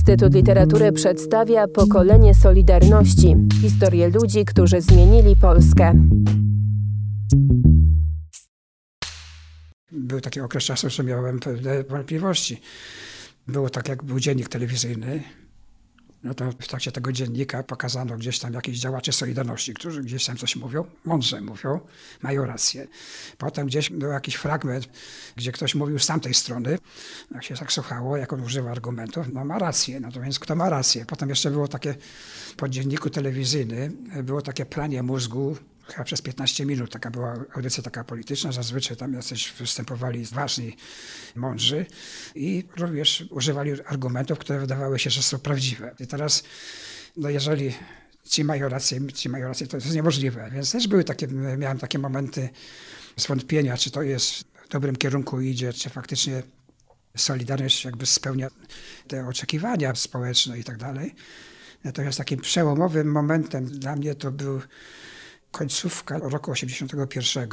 Instytut Literatury przedstawia Pokolenie Solidarności. Historię ludzi, którzy zmienili Polskę. Był taki okres czasu, że miałem pewne wątpliwości. Było tak, jak był dziennik telewizyjny. No to w trakcie tego dziennika pokazano gdzieś tam jakichś działaczy Solidarności, którzy gdzieś tam coś mówią, mądrze mówią, mają rację. Potem gdzieś był jakiś fragment, gdzie ktoś mówił z tamtej strony, jak się tak słuchało, jak on używa argumentów, no ma rację, no to więc kto ma rację? Potem jeszcze było takie, po dzienniku telewizyjnym, było takie pranie mózgu, chyba przez 15 minut, taka była audycja taka polityczna, zazwyczaj tam jacyś występowali ważni, mądrzy i również używali argumentów, które wydawały się, że są prawdziwe. I teraz, no jeżeli ci mają rację, to jest niemożliwe. Więc też były takie, miałem takie momenty zwątpienia, czy to jest w dobrym kierunku idzie, czy faktycznie Solidarność jakby spełnia te oczekiwania społeczne i tak dalej. Natomiast takim przełomowym momentem dla mnie to był końcówka roku 81.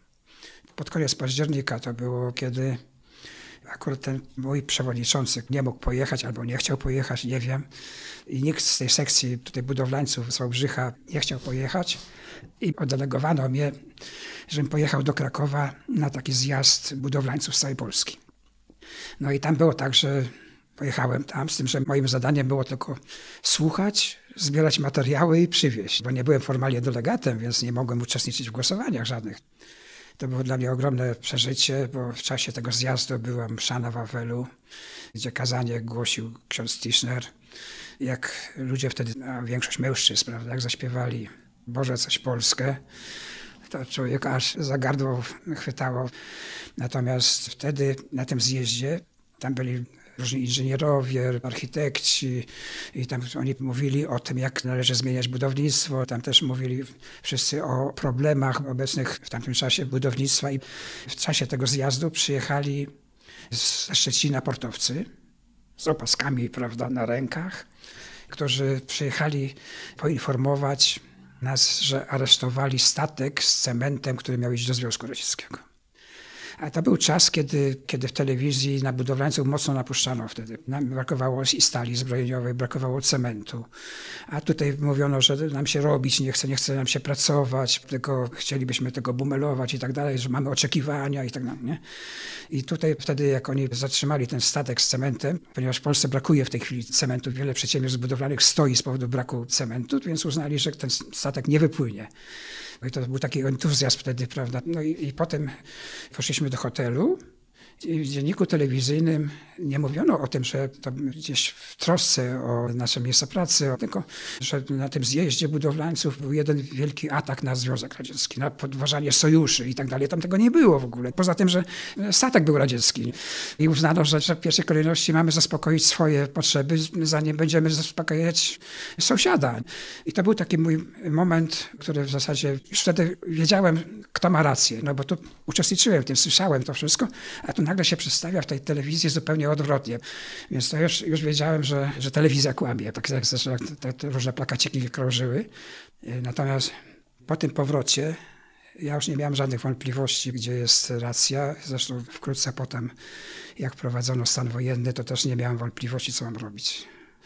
Pod koniec października to było, kiedy akurat ten mój przewodniczący nie mógł pojechać albo nie chciał pojechać, nie wiem. I nikt z tej sekcji tutaj budowlańców z Wałbrzycha nie chciał pojechać. I oddelegowano mnie, żebym pojechał do Krakowa na taki zjazd budowlańców z całej Polski. No i tam było tak, że pojechałem tam, z tym, że moim zadaniem było tylko słuchać, zbierać materiały i przywieźć, bo nie byłem formalnie delegatem, więc nie mogłem uczestniczyć w głosowaniach żadnych. To było dla mnie ogromne przeżycie, bo w czasie tego zjazdu była msza na Wawelu, gdzie kazanie głosił ksiądz Tischner. Jak ludzie wtedy, a większość mężczyzn, prawda, jak zaśpiewali Boże coś Polskę, to człowieka aż za gardło chwytało. Natomiast wtedy na tym zjeździe tam byli różni inżynierowie, architekci i tam oni mówili o tym, jak należy zmieniać budownictwo. Tam też mówili wszyscy o problemach obecnych w tamtym czasie budownictwa i w czasie tego zjazdu przyjechali ze Szczecina portowcy z opaskami, prawda, na rękach, którzy przyjechali poinformować nas, że aresztowali statek z cementem, który miał iść do Związku Radzieckiego. A to był czas, kiedy w telewizji na budowlańców mocno napuszczano wtedy. Nam brakowało i stali zbrojeniowej, brakowało cementu. A tutaj mówiono, że nam się robić nie chce nam się pracować, tylko chcielibyśmy tego bumelować i tak dalej, że mamy oczekiwania i tak dalej. Nie? I tutaj wtedy, jak oni zatrzymali ten statek z cementem, ponieważ w Polsce brakuje w tej chwili cementu, wiele przedsiębiorstw budowlanych stoi z powodu braku cementu, więc uznali, że ten statek nie wypłynie. No i to był taki entuzjazm wtedy, prawda. No i potem poszliśmy do hotelu i w dzienniku telewizyjnym nie mówiono o tym, że to gdzieś w trosce o nasze miejsca pracy, tylko że na tym zjeździe budowlańców był jeden wielki atak na Związek Radziecki, na podważanie sojuszy i tak dalej. Tam tego nie było w ogóle. Poza tym, że statek był radziecki. I uznano, że w pierwszej kolejności mamy zaspokoić swoje potrzeby, zanim będziemy zaspokajać sąsiada. I to był taki mój moment, który w zasadzie już wtedy wiedziałem, kto ma rację. No bo tu uczestniczyłem w tym, słyszałem to wszystko, a tu nagle się przedstawia w tej telewizji zupełnie odwrotnie. Więc to już wiedziałem, że telewizja kłamie. Tak jak zresztą te różne plakaciki krążyły. Natomiast po tym powrocie ja już nie miałem żadnych wątpliwości, gdzie jest racja. Zresztą wkrótce potem, jak wprowadzono stan wojenny, to też nie miałem wątpliwości, co mam robić.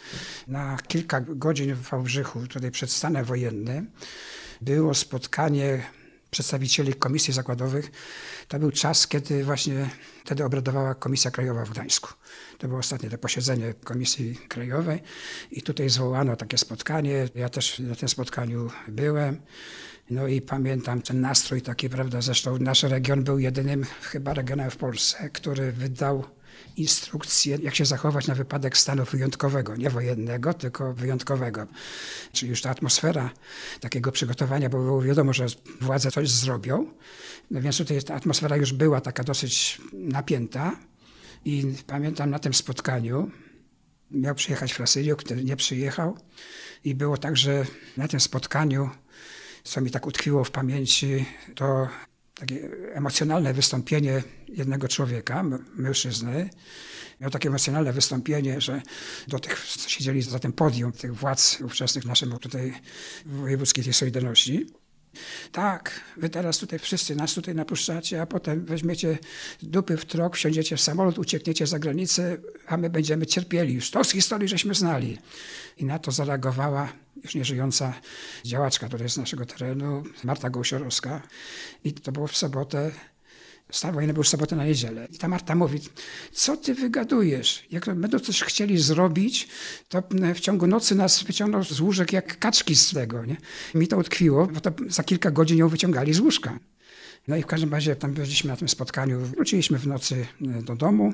Na kilka godzin w Wałbrzychu, tutaj przed stanem wojennym, było spotkanie przedstawicieli komisji zakładowych. To był czas, kiedy właśnie wtedy obradowała Komisja Krajowa w Gdańsku. To było ostatnie to posiedzenie Komisji Krajowej i tutaj zwołano takie spotkanie. Ja też na tym spotkaniu byłem. No i pamiętam ten nastrój taki, prawda, zresztą nasz region był jedynym chyba regionem w Polsce, który wydał instrukcje, jak się zachować na wypadek stanu wyjątkowego, nie wojennego, tylko wyjątkowego. Czyli już ta atmosfera takiego przygotowania, bo było wiadomo, że władze coś zrobią, no więc tutaj ta atmosfera już była taka dosyć napięta i pamiętam na tym spotkaniu miał przyjechać Frasyniuk, który nie przyjechał i było tak, że na tym spotkaniu, co mi tak utkwiło w pamięci, to takie emocjonalne wystąpienie jednego człowieka, mężczyzny. Miał takie emocjonalne wystąpienie, że do tych, co siedzieli za tym podium, tych władz ówczesnych naszym tutaj wojewódzkiej tej Solidarności, Tak, wy teraz tutaj wszyscy nas tutaj napuszczacie, a potem weźmiecie dupy w trok, wsiądziecie w samolot, uciekniecie za granicę, a my będziemy cierpieli. Już to z historii żeśmy znali. I na to zareagowała już nieżyjąca działaczka, która jest z naszego terenu, Marta Gołsiorowska. I to było w sobotę. Stan wojenny był w sobotę na niedzielę. I ta Marta mówi, co ty wygadujesz? Jak będą coś chcieli zrobić, to w ciągu nocy nas wyciągną z łóżek jak kaczki z tego. Nie? Mi to utkwiło, bo to za kilka godzin ją wyciągali z łóżka. No i w każdym razie tam byliśmy na tym spotkaniu. Wróciliśmy w nocy do domu.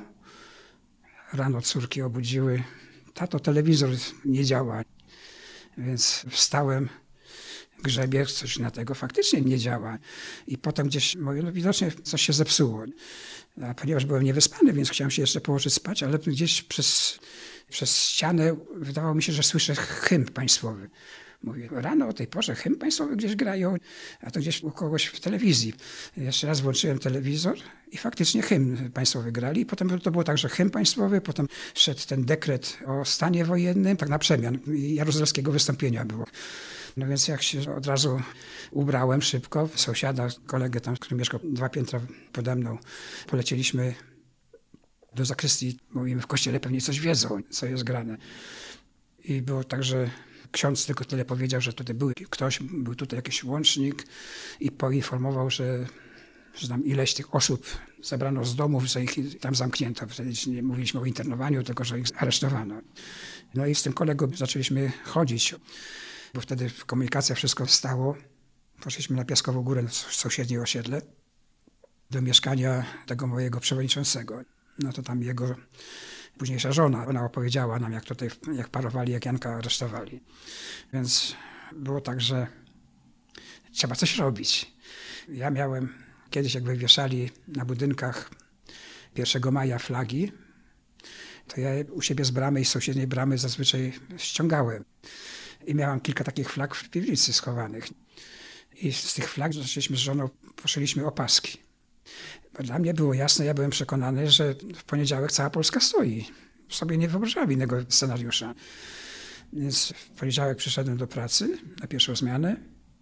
Rano córki obudziły. Tato, telewizor nie działa. Więc wstałem, grzebie, coś na tego faktycznie nie działa. I potem gdzieś, mówię, no widocznie coś się zepsuło. A ponieważ byłem niewyspany, więc chciałem się jeszcze położyć spać, ale gdzieś przez ścianę wydawało mi się, że słyszę hymn państwowy. Mówię, rano o tej porze hymn państwowy gdzieś grają, a to gdzieś u kogoś w telewizji. Jeszcze raz włączyłem telewizor i faktycznie hymn państwowy grali. I potem to było tak, że hymn państwowy, potem szedł ten dekret o stanie wojennym, tak na przemian jaruzelskiego wystąpienia było. No więc jak się od razu ubrałem szybko, sąsiada, kolegę tam, który mieszkał 2 piętra pode mną, polecieliśmy do zakrystii. Mówimy, w kościele pewnie coś wiedzą, co jest grane. I było tak, że ksiądz tylko tyle powiedział, że tutaj był tutaj jakiś łącznik i poinformował, że tam ileś tych osób zabrano z domów, że ich tam zamknięto. Wtedy nie mówiliśmy o internowaniu, tylko że ich aresztowano. No i z tym kolegą zaczęliśmy chodzić, bo wtedy komunikacja, wszystko stało. Poszliśmy na Piaskową Górę, w sąsiednie osiedle, do mieszkania tego mojego przewodniczącego. No to tam jego późniejsza żona, ona opowiedziała nam, jak parowali, jak Janka aresztowali. Więc było tak, że trzeba coś robić. Ja miałem kiedyś, jak wywieszali na budynkach 1 maja flagi, to ja u siebie z bramy i z sąsiedniej bramy zazwyczaj ściągałem. I miałem kilka takich flag w piwnicy schowanych. I z tych flag zaczęliśmy z żoną, poszyliśmy opaski. Bo dla mnie było jasne, ja byłem przekonany, że w poniedziałek cała Polska stoi. Sobie nie wyobrażałem innego scenariusza. Więc w poniedziałek przyszedłem do pracy na pierwszą zmianę.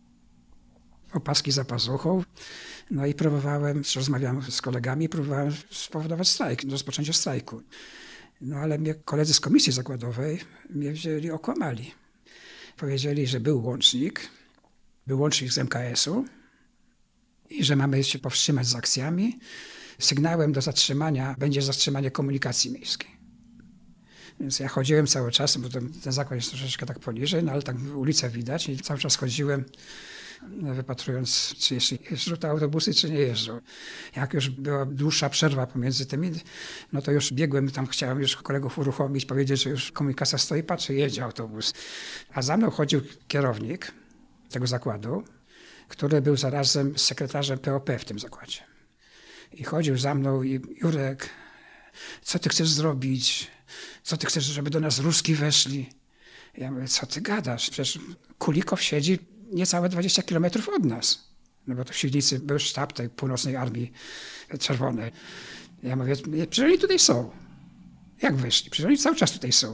Opaski za pazuchą. No i rozmawiałem z kolegami, próbowałem spowodować strajk, rozpoczęcie strajku. No ale mnie koledzy z komisji zakładowej mnie wzięli, okłamali. Powiedzieli, że był łącznik z MKS-u i że mamy się powstrzymać z akcjami. Sygnałem do zatrzymania będzie zatrzymanie komunikacji miejskiej. Więc ja chodziłem cały czas, bo ten zakład jest troszeczkę tak poniżej, no ale tak ulicę widać i cały czas chodziłem, wypatrując, czy jeszcze jeżdżą te autobusy, czy nie jeżdżą. Jak już była dłuższa przerwa pomiędzy tymi, no to już biegłem, tam chciałem już kolegów uruchomić, powiedzieć, że już komunikacja stoi, patrzę, jedzie autobus. A za mną chodził kierownik tego zakładu, który był zarazem sekretarzem POP w tym zakładzie. I chodził za mną i Jurek, co ty chcesz zrobić? Co ty chcesz, żeby do nas Ruski weszli? Ja mówię, co ty gadasz? Przecież Kulikow siedzi niecałe 20 kilometrów od nas. No bo to w Świdnicy był sztab tej północnej Armii Czerwonej. Ja mówię, przecież oni tutaj są. Jak weszli? Przecież oni cały czas tutaj są.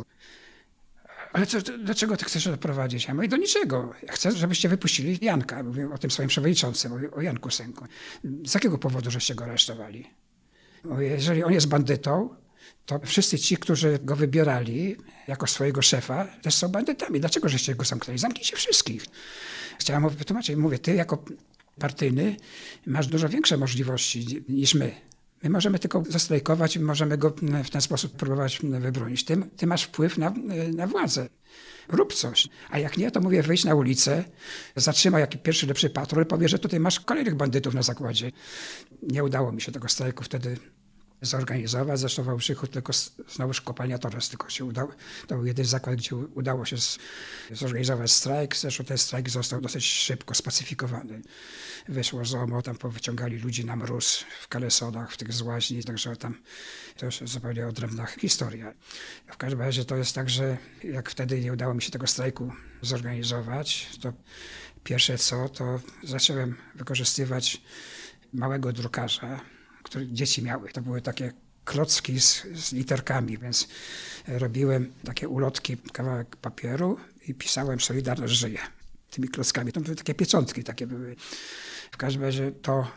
Ale dlaczego ty chcesz to doprowadzić? Ja mówię, do niczego. Ja chcę, żebyście wypuścili Janka. Mówię o tym swoim przewodniczącym, mówię o Janku Senku. Z jakiego powodu żeście go aresztowali? Mówię, jeżeli on jest bandytą, to wszyscy ci, którzy go wybierali jako swojego szefa, też są bandytami. Dlaczego żeście go zamknęli? Zamknijcie wszystkich. Chciałem mu wytłumaczyć. Mówię, ty jako partyjny masz dużo większe możliwości niż my. My możemy tylko zastrajkować i możemy go w ten sposób próbować wybronić. Ty masz wpływ na władzę. Rób coś. A jak nie, to mówię, wyjść na ulicę, zatrzymaj jaki pierwszy lepszy patrol, powie, że tutaj masz kolejnych bandytów na zakładzie. Nie udało mi się tego strajku wtedy zorganizować. Zresztą w Wałbrzychu tylko znowuż kopalnia Torres tylko się udało. To był jedyny zakład, gdzie udało się zorganizować strajk. Zresztą ten strajk został dosyć szybko spacyfikowany. Wyszło ZOMO, tam powyciągali ludzi na mróz w kalesonach, w tych złaźni, także tam to już zupełnie odrębna historia. W każdym razie to jest tak, że jak wtedy nie udało mi się tego strajku zorganizować, to pierwsze co, to zacząłem wykorzystywać małego drukarza, który dzieci miały. To były takie klocki z literkami, więc robiłem takie ulotki, kawałek papieru i pisałem Solidarność żyje. tymi klockami. To były takie pieczątki takie były. W każdym razie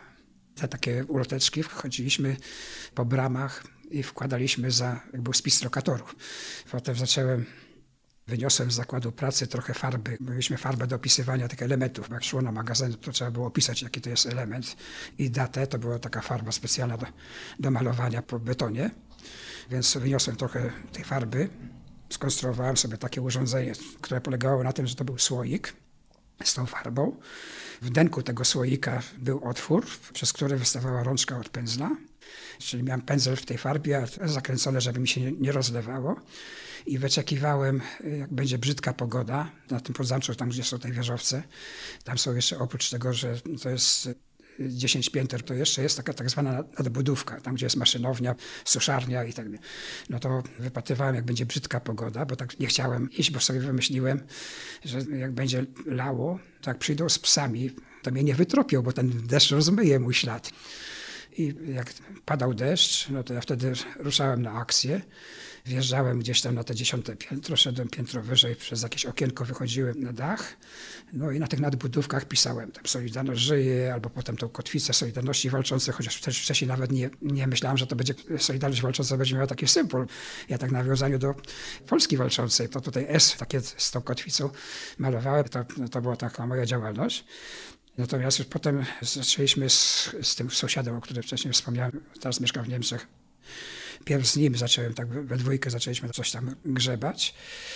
te takie uloteczki wchodziliśmy po bramach i wkładaliśmy jak był spis lokatorów. Potem wyniosłem z zakładu pracy trochę farby. Mieliśmy farbę do opisywania tych elementów. Jak szło na magazyn, to trzeba było opisać, jaki to jest element i datę. To była taka farba specjalna do malowania po betonie. Więc wyniosłem trochę tej farby. Skonstruowałem sobie takie urządzenie, które polegało na tym, że to był słoik z tą farbą. W denku tego słoika był otwór, przez który wystawała rączka od pędzla. Czyli miałem pędzel w tej farbie zakręcone, żeby mi się nie rozlewało. I wyczekiwałem, jak będzie brzydka pogoda, na tym podzamczu, tam gdzie są te wieżowce. Tam są jeszcze, oprócz tego, że to jest 10 pięter, to jeszcze jest taka tak zwana nadbudówka, tam gdzie jest maszynownia, suszarnia i tak dalej. No to wypatrywałem, jak będzie brzydka pogoda, bo tak nie chciałem iść, bo sobie wymyśliłem, że jak będzie lało, to jak przyjdą z psami, to mnie nie wytropią, bo ten deszcz rozmyje mój ślad. I jak padał deszcz, no to ja wtedy ruszałem na akcję. Wjeżdżałem gdzieś tam na te 10 piętro, szedłem piętro wyżej, przez jakieś okienko wychodziłem na dach. No i na tych nadbudówkach pisałem tam Solidarność żyje, albo potem tą kotwicę Solidarności Walczącej, chociaż wcześniej nawet nie myślałem, że to będzie Solidarność Walcząca, będzie miała taki symbol. Ja tak w nawiązaniu do Polski Walczącej, to tutaj S takie z tą kotwicą malowałem, to była taka moja działalność. Natomiast już potem zaczęliśmy z tym sąsiadem, o którym wcześniej wspomniałem, teraz mieszka w Niemczech. Pierw z nim zacząłem, tak we dwójkę zaczęliśmy coś tam grzebać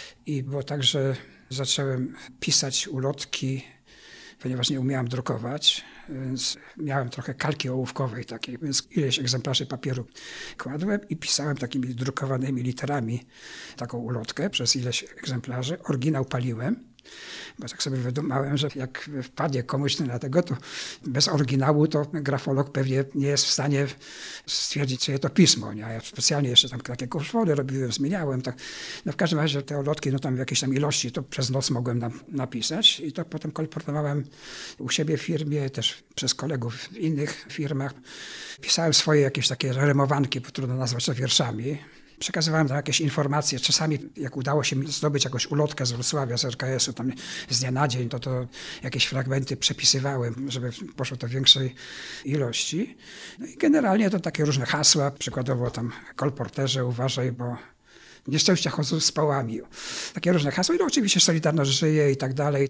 i było tak, że zacząłem pisać ulotki, ponieważ nie umiałem drukować, więc miałem trochę kalki ołówkowej takiej, więc ileś egzemplarzy papieru kładłem i pisałem takimi drukowanymi literami taką ulotkę przez ileś egzemplarzy. Oryginał paliłem. Bo tak sobie wydumałem, że jak wpadnie komuś na tego, to bez oryginału to grafolog pewnie nie jest w stanie stwierdzić, czyje to pismo. Nie? A ja specjalnie jeszcze tam takie koszwody robiłem, zmieniałem. Tak. No w każdym razie te ulotki, no tam w jakiejś tam ilości, to przez noc mogłem napisać i to potem kolportowałem u siebie w firmie, też przez kolegów w innych firmach. Pisałem swoje jakieś takie rymowanki, bo trudno nazwać to wierszami. Przekazywałem tam jakieś informacje. Czasami, jak udało się mi zdobyć jakąś ulotkę z Wrocławia, z RKS-u, tam z dnia na dzień, to jakieś fragmenty przepisywałem, żeby poszło to w większej ilości. No i generalnie to takie różne hasła, przykładowo tam kolporterze, uważaj, bo nieszczęścia chodzą z pałami. Takie różne hasła. I no oczywiście Solidarność żyje i tak dalej.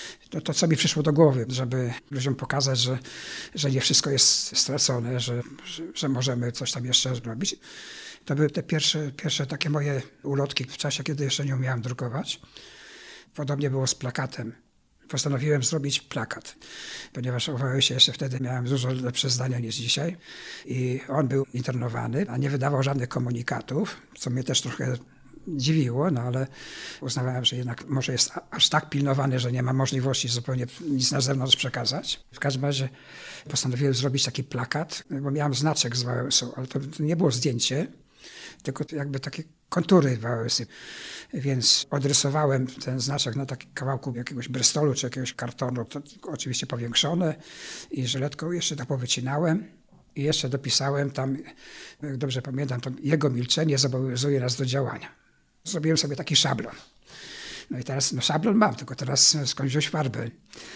To co mi przyszło do głowy, żeby ludziom pokazać, że nie wszystko jest stracone, że możemy coś tam jeszcze zrobić. To były te pierwsze takie moje ulotki w czasie, kiedy jeszcze nie umiałem drukować. Podobnie było z plakatem. Postanowiłem zrobić plakat, ponieważ obawiałem się jeszcze wtedy, miałem dużo lepsze zdania niż dzisiaj. I on był internowany, a nie wydawał żadnych komunikatów, co mnie też trochę dziwiło, no ale uznawałem, że jednak może jest aż tak pilnowany, że nie ma możliwości zupełnie nic na zewnątrz przekazać. W każdym razie postanowiłem zrobić taki plakat, bo miałem znaczek z Wałęsą, ale to nie było zdjęcie, tylko jakby takie kontury Wałęsy. Więc odrysowałem ten znaczek na takim kawałku jakiegoś brystolu czy jakiegoś kartonu, to oczywiście powiększone i żyletką jeszcze tak powycinałem. I jeszcze dopisałem tam, jak dobrze pamiętam, to jego milczenie zobowiązuje nas do działania. Zrobiłem sobie taki szablon. No i teraz, szablon mam, tylko teraz skąd wziąć farbę.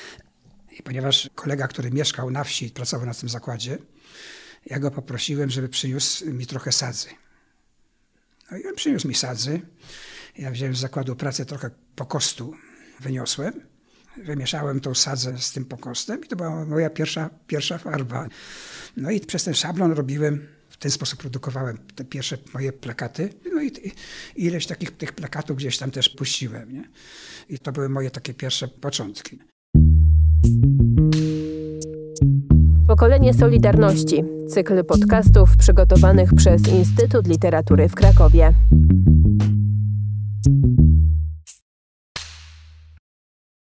I ponieważ kolega, który mieszkał na wsi, pracował na tym zakładzie, ja go poprosiłem, żeby przyniósł mi trochę sadzy. No i on przyniósł mi sadzy. Ja wziąłem z zakładu pracy trochę pokostu, wyniosłem. Wymieszałem tą sadzę z tym pokostem i to była moja pierwsza farba. No i przez ten szablon robiłem, w ten sposób produkowałem te pierwsze moje plakaty. No i ileś takich tych plakatów gdzieś tam też puściłem. Nie? I to były moje takie pierwsze początki. Pokolenie Solidarności. Cykl podcastów przygotowanych przez Instytut Literatury w Krakowie.